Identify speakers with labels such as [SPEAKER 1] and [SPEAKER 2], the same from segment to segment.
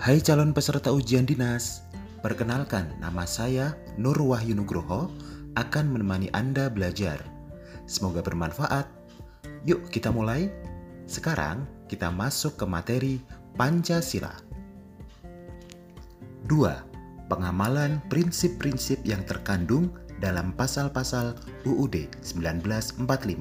[SPEAKER 1] Hai calon peserta ujian dinas, perkenalkan nama saya Nur Wahyu Nugroho akan menemani Anda belajar. Semoga bermanfaat. Yuk kita mulai. Sekarang kita masuk ke materi Pancasila. 2. Pengamalan prinsip-prinsip yang terkandung dalam pasal-pasal UUD 1945.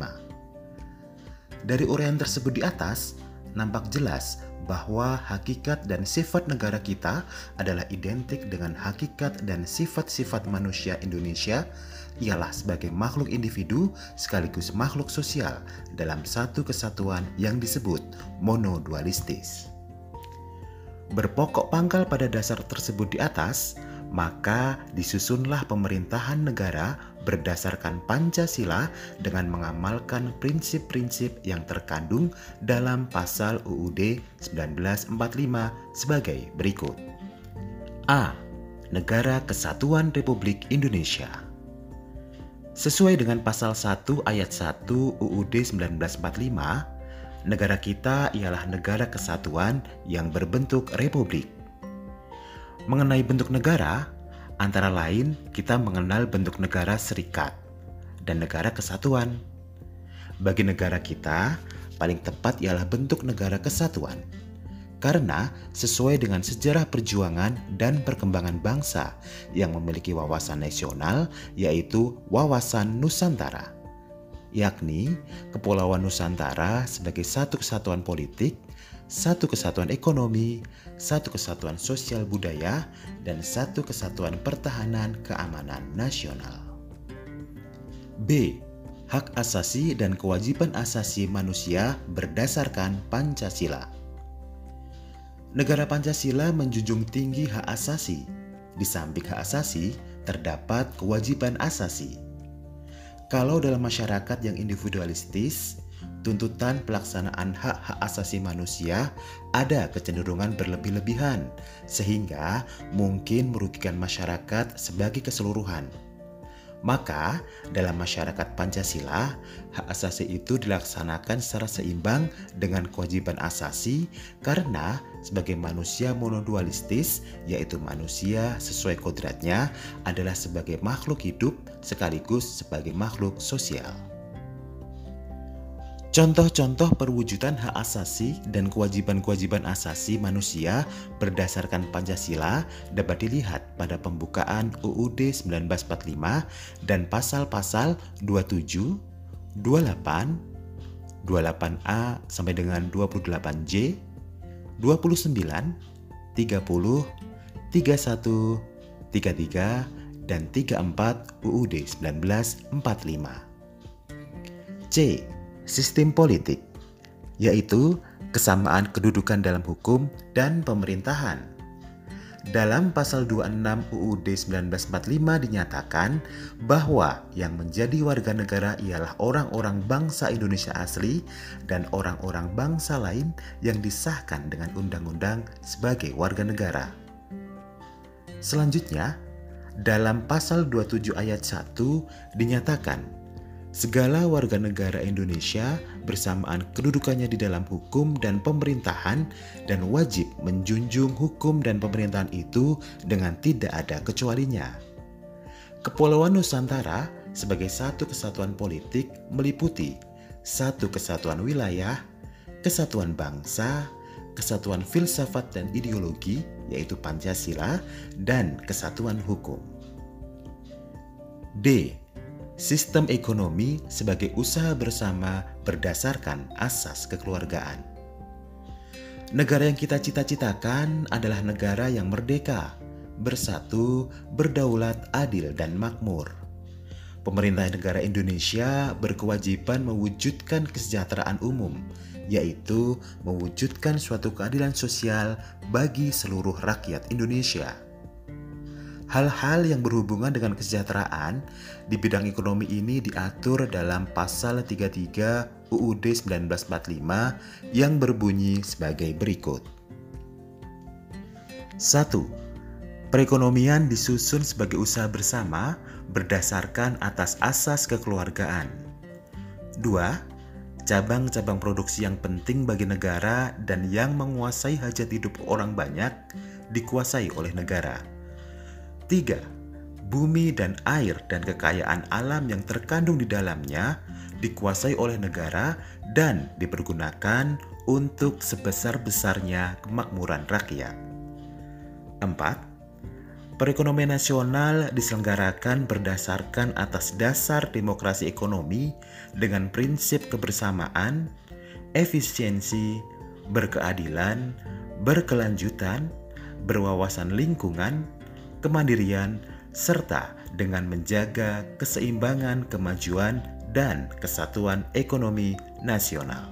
[SPEAKER 1] Dari uraian tersebut di atas, nampak jelas bahwa hakikat dan sifat negara kita adalah identik dengan hakikat dan sifat-sifat manusia Indonesia, ialah sebagai makhluk individu sekaligus makhluk sosial dalam satu kesatuan yang disebut monodualistis. Berpokok pangkal pada dasar tersebut di atas, maka disusunlah pemerintahan negara berdasarkan Pancasila dengan mengamalkan prinsip-prinsip yang terkandung dalam pasal UUD 1945 sebagai berikut. A. Negara Kesatuan Republik Indonesia. Sesuai dengan pasal 1 ayat 1 UUD 1945, negara kita ialah negara kesatuan yang berbentuk republik. Mengenai bentuk negara, antara lain kita mengenal bentuk negara serikat dan negara kesatuan. Bagi negara kita, paling tepat ialah bentuk negara kesatuan. Karena sesuai dengan sejarah perjuangan dan perkembangan bangsa yang memiliki wawasan nasional, yaitu wawasan Nusantara, yakni Kepulauan Nusantara sebagai satu kesatuan politik, satu kesatuan ekonomi, satu kesatuan sosial budaya, dan satu kesatuan pertahanan keamanan nasional. B. Hak asasi dan kewajiban asasi manusia berdasarkan Pancasila. Negara Pancasila menjunjung tinggi hak asasi. Di samping hak asasi, terdapat kewajiban asasi. Kalau dalam masyarakat yang individualistis, tuntutan pelaksanaan hak-hak asasi manusia ada kecenderungan berlebih-lebihan, sehingga mungkin merugikan masyarakat sebagai keseluruhan. Maka, dalam masyarakat Pancasila, hak asasi itu dilaksanakan secara seimbang dengan kewajiban asasi karena sebagai manusia monodualistis, yaitu manusia sesuai kodratnya adalah sebagai makhluk hidup sekaligus sebagai makhluk sosial. Contoh-contoh perwujudan hak asasi dan kewajiban-kewajiban asasi manusia berdasarkan Pancasila dapat dilihat pada pembukaan UUD 1945 dan pasal-pasal 27, 28, 28A sampai dengan 28J, 29, 30, 31, 33, dan 34 UUD 1945. C. Sistem politik, yaitu kesamaan kedudukan dalam hukum dan pemerintahan. Dalam pasal 26 UUD 1945 dinyatakan bahwa yang menjadi warga negara ialah orang-orang bangsa Indonesia asli dan orang-orang bangsa lain yang disahkan dengan undang-undang sebagai warga negara. Selanjutnya, dalam pasal 27 ayat 1 dinyatakan segala warga negara Indonesia bersamaan kedudukannya di dalam hukum dan pemerintahan dan wajib menjunjung hukum dan pemerintahan itu dengan tidak ada kecualinya. Kepulauan Nusantara sebagai satu kesatuan politik meliputi satu kesatuan wilayah, kesatuan bangsa, kesatuan filsafat dan ideologi yaitu Pancasila, dan kesatuan hukum. D. Sistem ekonomi sebagai usaha bersama berdasarkan asas kekeluargaan. Negara yang kita cita-citakan adalah negara yang merdeka, bersatu, berdaulat, adil, dan makmur. Pemerintah negara Indonesia berkewajiban mewujudkan kesejahteraan umum, yaitu mewujudkan suatu keadilan sosial bagi seluruh rakyat Indonesia. Hal-hal yang berhubungan dengan kesejahteraan di bidang ekonomi ini diatur dalam pasal 33 UUD 1945 yang berbunyi sebagai berikut. 1. Perekonomian disusun sebagai usaha bersama berdasarkan atas asas kekeluargaan. 2. Cabang-cabang produksi yang penting bagi negara dan yang menguasai hajat hidup orang banyak dikuasai oleh negara. 3. Bumi dan air dan kekayaan alam yang terkandung di dalamnya dikuasai oleh negara dan dipergunakan untuk sebesar-besarnya kemakmuran rakyat. 4. Perekonomian nasional diselenggarakan berdasarkan atas dasar demokrasi ekonomi dengan prinsip kebersamaan, efisiensi, berkeadilan, berkelanjutan, berwawasan lingkungan, kemandirian, serta dengan menjaga keseimbangan kemajuan dan kesatuan ekonomi nasional.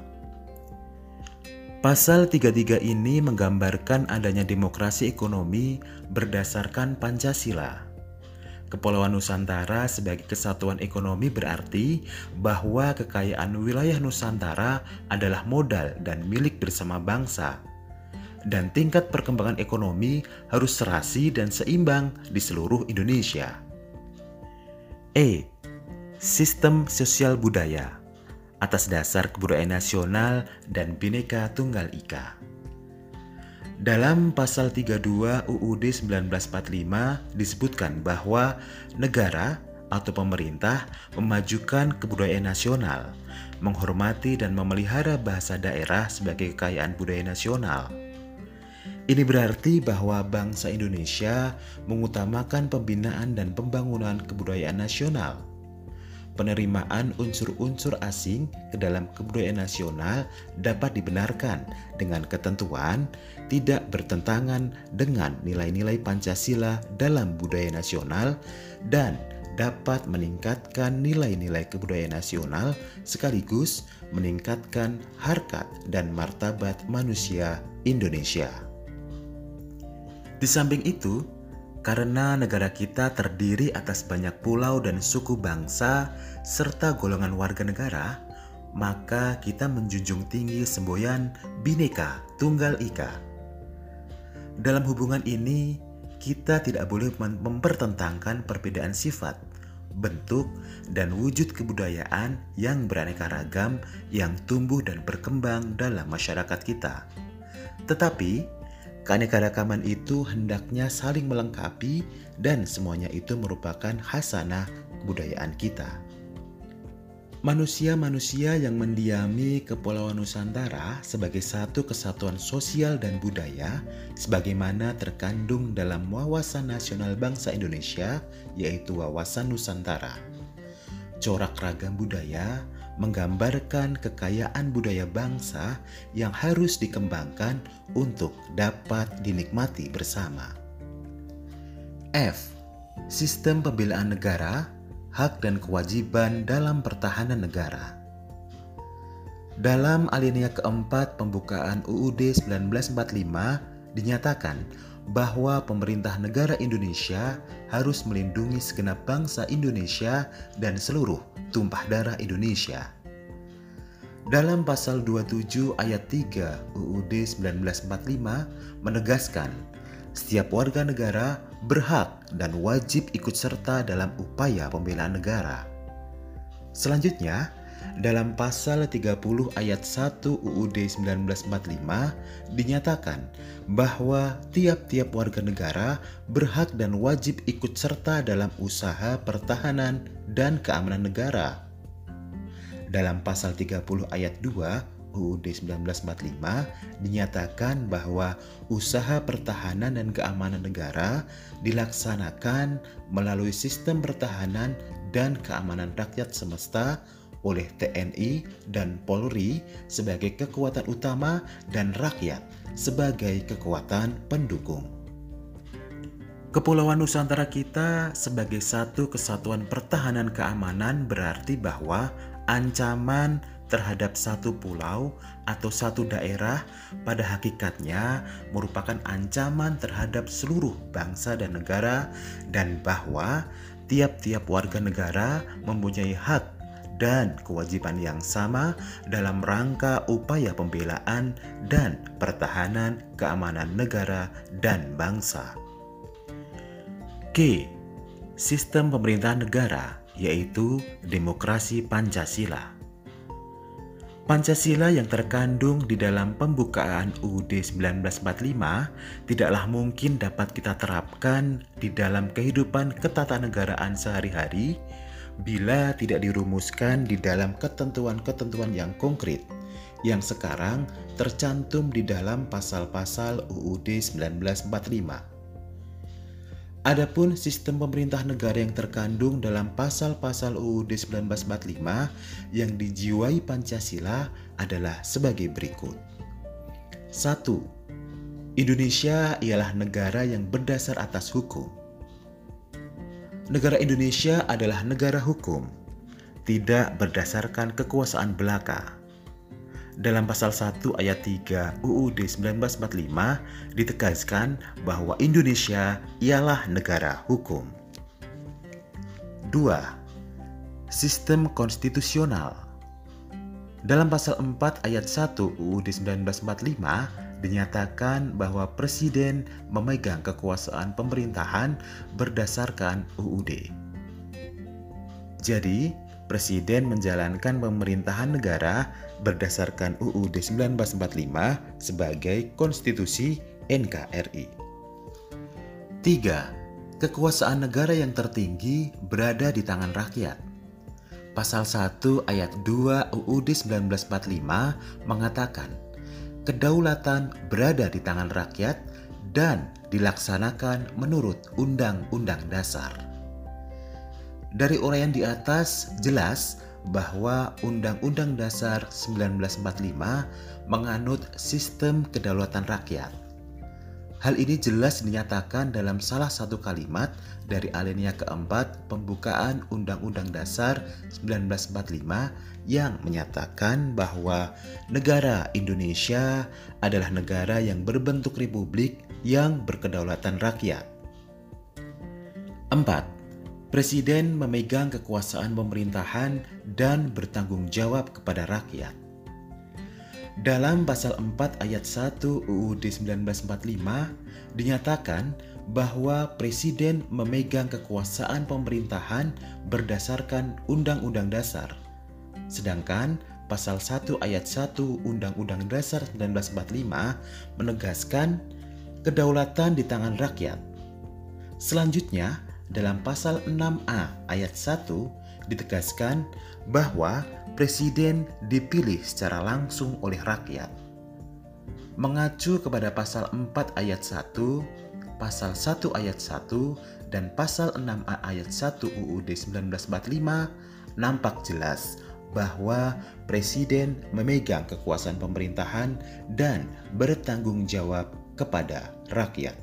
[SPEAKER 1] Pasal 33 ini menggambarkan adanya demokrasi ekonomi berdasarkan Pancasila. Kepulauan Nusantara sebagai kesatuan ekonomi berarti bahwa kekayaan wilayah Nusantara adalah modal dan milik bersama bangsa. Dan tingkat perkembangan ekonomi harus serasi dan seimbang di seluruh Indonesia. E. Sistem sosial budaya atas dasar kebudayaan nasional dan Bhinneka Tunggal Ika. Dalam pasal 32 UUD 1945 disebutkan bahwa negara atau pemerintah memajukan kebudayaan nasional, menghormati dan memelihara bahasa daerah sebagai kekayaan budaya nasional. Ini berarti bahwa bangsa Indonesia mengutamakan pembinaan dan pembangunan kebudayaan nasional. Penerimaan unsur-unsur asing ke dalam kebudayaan nasional dapat dibenarkan dengan ketentuan tidak bertentangan dengan nilai-nilai Pancasila dalam budaya nasional dan dapat meningkatkan nilai-nilai kebudayaan nasional sekaligus meningkatkan harkat dan martabat manusia Indonesia. Di samping itu, karena negara kita terdiri atas banyak pulau dan suku bangsa serta golongan warga negara, maka kita menjunjung tinggi semboyan Bhinneka Tunggal Ika. Dalam hubungan ini, kita tidak boleh mempertentangkan perbedaan sifat, bentuk, dan wujud kebudayaan yang beraneka ragam yang tumbuh dan berkembang dalam masyarakat kita. Tetapi, keanekaragaman itu hendaknya saling melengkapi dan semuanya itu merupakan khasanah kebudayaan kita. Manusia-manusia yang mendiami Kepulauan Nusantara sebagai satu kesatuan sosial dan budaya sebagaimana terkandung dalam wawasan nasional bangsa Indonesia, yaitu wawasan Nusantara. Corak ragam budaya menggambarkan kekayaan budaya bangsa yang harus dikembangkan untuk dapat dinikmati bersama. F. Sistem pembelaan negara, hak dan kewajiban dalam pertahanan negara. Dalam alinea keempat pembukaan UUD 1945 dinyatakan bahwa pemerintah negara Indonesia harus melindungi segenap bangsa Indonesia dan seluruh tumpah darah Indonesia. Dalam pasal 27 ayat 3 UUD 1945 menegaskan setiap warga negara berhak dan wajib ikut serta dalam upaya pembelaan negara. Selanjutnya, dalam pasal 30 ayat 1 UUD 1945 dinyatakan bahwa tiap-tiap warga negara berhak dan wajib ikut serta dalam usaha pertahanan dan keamanan negara. Dalam pasal 30 ayat 2 UUD 1945 dinyatakan bahwa usaha pertahanan dan keamanan negara dilaksanakan melalui sistem pertahanan dan keamanan rakyat semesta oleh TNI dan Polri sebagai kekuatan utama dan rakyat sebagai kekuatan pendukung. Kepulauan Nusantara kita sebagai satu kesatuan pertahanan keamanan berarti bahwa ancaman terhadap satu pulau atau satu daerah pada hakikatnya merupakan ancaman terhadap seluruh bangsa dan negara, dan bahwa tiap-tiap warga negara mempunyai hak dan kewajiban yang sama dalam rangka upaya pembelaan dan pertahanan keamanan negara dan bangsa. G. Sistem pemerintahan negara, yaitu demokrasi Pancasila. Pancasila yang terkandung di dalam pembukaan UUD 1945 tidaklah mungkin dapat kita terapkan di dalam kehidupan ketatanegaraan sehari-hari bila tidak dirumuskan di dalam ketentuan-ketentuan yang konkret yang sekarang tercantum di dalam pasal-pasal UUD 1945. Adapun sistem pemerintah negara yang terkandung dalam pasal-pasal UUD 1945 yang dijiwai Pancasila adalah sebagai berikut. 1. Indonesia ialah negara yang berdasar atas hukum. Negara Indonesia adalah negara hukum, tidak berdasarkan kekuasaan belaka. Dalam pasal 1 ayat 3 UUD 1945 ditegaskan bahwa Indonesia ialah negara hukum. 2. Sistem konstitusional. Dalam pasal 4 ayat 1 UUD 1945 dinyatakan bahwa Presiden memegang kekuasaan pemerintahan berdasarkan UUD. Jadi, Presiden menjalankan pemerintahan negara berdasarkan UUD 1945 sebagai konstitusi NKRI. 3. Kekuasaan negara yang tertinggi berada di tangan rakyat. Pasal 1 ayat 2 UUD 1945 mengatakan, kedaulatan berada di tangan rakyat dan dilaksanakan menurut Undang-Undang Dasar. Dari uraian di atas jelas bahwa Undang-Undang Dasar 1945 menganut sistem kedaulatan rakyat. Hal ini jelas dinyatakan dalam salah satu kalimat dari alinea keempat pembukaan Undang-Undang Dasar 1945 yang menyatakan bahwa negara Indonesia adalah negara yang berbentuk republik yang berkedaulatan rakyat. 4. Presiden memegang kekuasaan pemerintahan dan bertanggung jawab kepada rakyat. Dalam pasal 4 ayat 1 UUD 1945 dinyatakan bahwa Presiden memegang kekuasaan pemerintahan berdasarkan Undang-Undang Dasar. Sedangkan pasal 1 ayat 1 Undang-Undang Dasar 1945 menegaskan kedaulatan di tangan rakyat. Selanjutnya, dalam pasal 6A ayat 1 ditegaskan bahwa Presiden dipilih secara langsung oleh rakyat. Mengacu kepada pasal 4 ayat 1, pasal 1 ayat 1, dan pasal 6A ayat 1 UUD 1945 nampak jelas bahwa Presiden memegang kekuasaan pemerintahan dan bertanggung jawab kepada rakyat.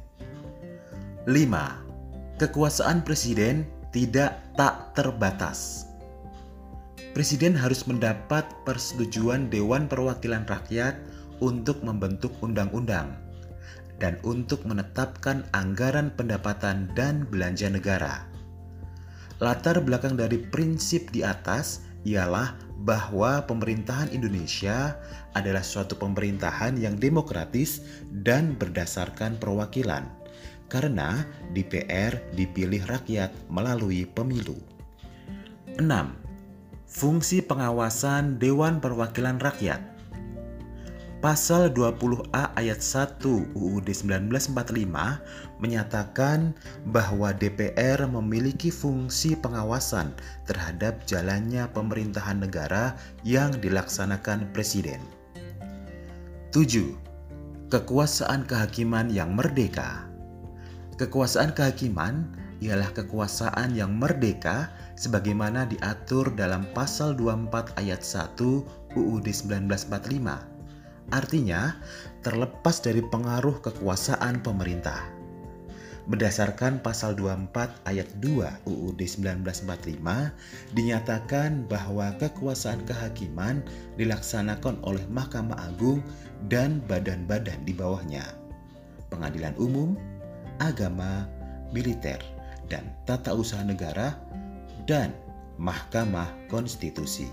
[SPEAKER 1] 5. Kekuasaan Presiden tak terbatas. Presiden harus mendapat persetujuan Dewan Perwakilan Rakyat untuk membentuk undang-undang dan untuk menetapkan anggaran pendapatan dan belanja negara. Latar belakang dari prinsip di atas ialah bahwa pemerintahan Indonesia adalah suatu pemerintahan yang demokratis dan berdasarkan perwakilan, karena DPR dipilih rakyat melalui pemilu. 6. Fungsi pengawasan Dewan Perwakilan Rakyat. Pasal 20A ayat 1 UUD 1945 menyatakan bahwa DPR memiliki fungsi pengawasan terhadap jalannya pemerintahan negara yang dilaksanakan Presiden. 7. Kekuasaan kehakiman yang merdeka. Kekuasaan kehakiman ialah kekuasaan yang merdeka sebagaimana diatur dalam pasal 24 ayat 1 UUD 1945. Artinya, terlepas dari pengaruh kekuasaan pemerintah. Berdasarkan pasal 24 ayat 2 UUD 1945, dinyatakan bahwa kekuasaan kehakiman dilaksanakan oleh Mahkamah Agung dan badan-badan di bawahnya, Pengadilan Umum, Agama, Militer, dan Tata Usaha Negara, dan Mahkamah Konstitusi.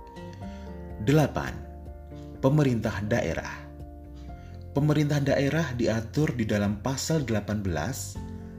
[SPEAKER 1] 8. Pemerintah daerah. Pemerintah daerah diatur di dalam pasal 18,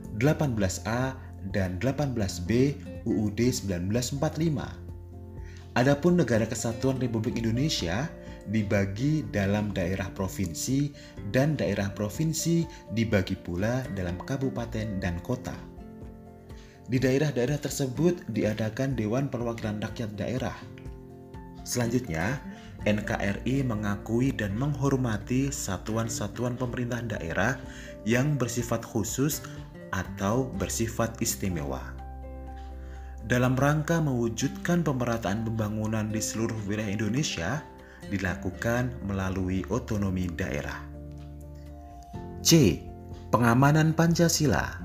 [SPEAKER 1] 18A, dan 18B UUD 1945. Adapun Negara Kesatuan Republik Indonesia dibagi dalam daerah provinsi dan daerah provinsi dibagi pula dalam kabupaten dan kota. Di daerah-daerah tersebut diadakan Dewan Perwakilan Rakyat Daerah. Selanjutnya, NKRI mengakui dan menghormati satuan-satuan pemerintahan daerah yang bersifat khusus atau bersifat istimewa. Dalam rangka mewujudkan pemerataan pembangunan di seluruh wilayah Indonesia, dilakukan melalui otonomi daerah. C. Pengamanan Pancasila.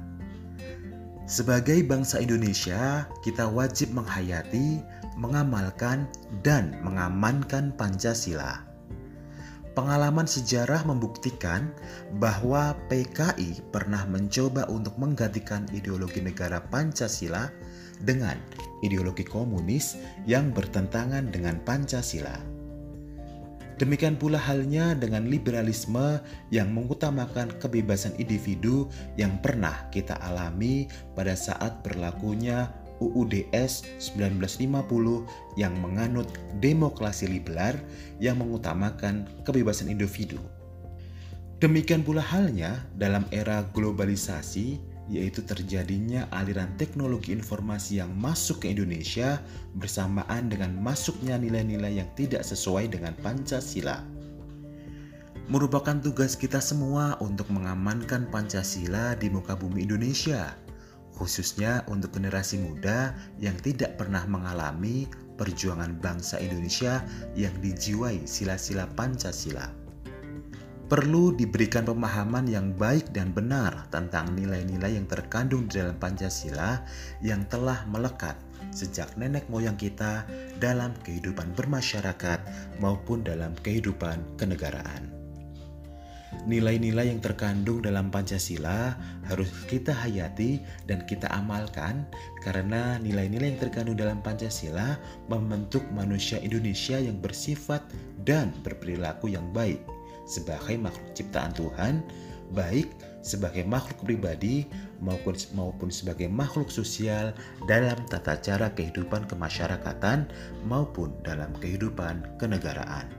[SPEAKER 1] Sebagai bangsa Indonesia, kita wajib menghayati, mengamalkan, dan mengamankan Pancasila. Pengalaman sejarah membuktikan bahwa PKI pernah mencoba untuk menggantikan ideologi negara Pancasila dengan ideologi komunis yang bertentangan dengan Pancasila. Demikian pula halnya dengan liberalisme yang mengutamakan kebebasan individu yang pernah kita alami pada saat berlakunya UUDS 1950 yang menganut demokrasi liberal yang mengutamakan kebebasan individu. Demikian pula halnya dalam era globalisasi, yaitu terjadinya aliran teknologi informasi yang masuk ke Indonesia bersamaan dengan masuknya nilai-nilai yang tidak sesuai dengan Pancasila. Merupakan tugas kita semua untuk mengamankan Pancasila di muka bumi Indonesia, khususnya untuk generasi muda yang tidak pernah mengalami perjuangan bangsa Indonesia yang dijiwai sila-sila Pancasila. Perlu diberikan pemahaman yang baik dan benar tentang nilai-nilai yang terkandung di dalam Pancasila yang telah melekat sejak nenek moyang kita dalam kehidupan bermasyarakat maupun dalam kehidupan kenegaraan. Nilai-nilai yang terkandung dalam Pancasila harus kita hayati dan kita amalkan karena nilai-nilai yang terkandung dalam Pancasila membentuk manusia Indonesia yang bersifat dan berperilaku yang baik sebagai makhluk ciptaan Tuhan, baik sebagai makhluk pribadi maupun sebagai makhluk sosial dalam tata cara kehidupan kemasyarakatan maupun dalam kehidupan kenegaraan.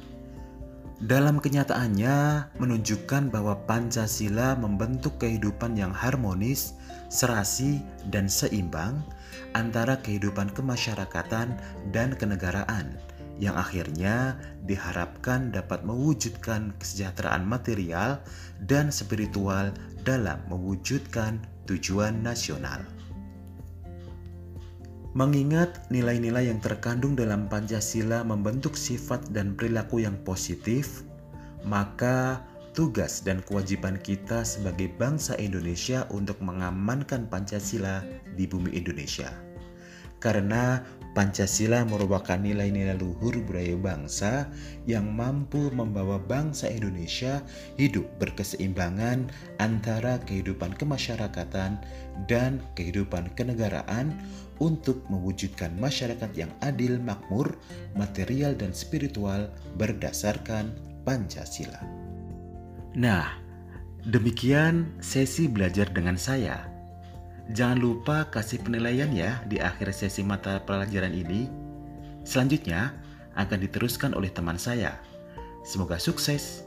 [SPEAKER 1] Dalam kenyataannya menunjukkan bahwa Pancasila membentuk kehidupan yang harmonis, serasi, dan seimbang antara kehidupan kemasyarakatan dan kenegaraan, yang akhirnya diharapkan dapat mewujudkan kesejahteraan material dan spiritual dalam mewujudkan tujuan nasional. Mengingat nilai-nilai yang terkandung dalam Pancasila membentuk sifat dan perilaku yang positif, maka tugas dan kewajiban kita sebagai bangsa Indonesia untuk mengamankan Pancasila di bumi Indonesia. Karena Pancasila merupakan nilai-nilai luhur budaya bangsa yang mampu membawa bangsa Indonesia hidup berkeseimbangan antara kehidupan kemasyarakatan dan kehidupan kenegaraan untuk mewujudkan masyarakat yang adil, makmur, material dan spiritual berdasarkan Pancasila. Nah, demikian sesi belajar dengan saya. Jangan lupa kasih penilaian ya di akhir sesi mata pelajaran ini. Selanjutnya akan diteruskan oleh teman saya. Semoga sukses.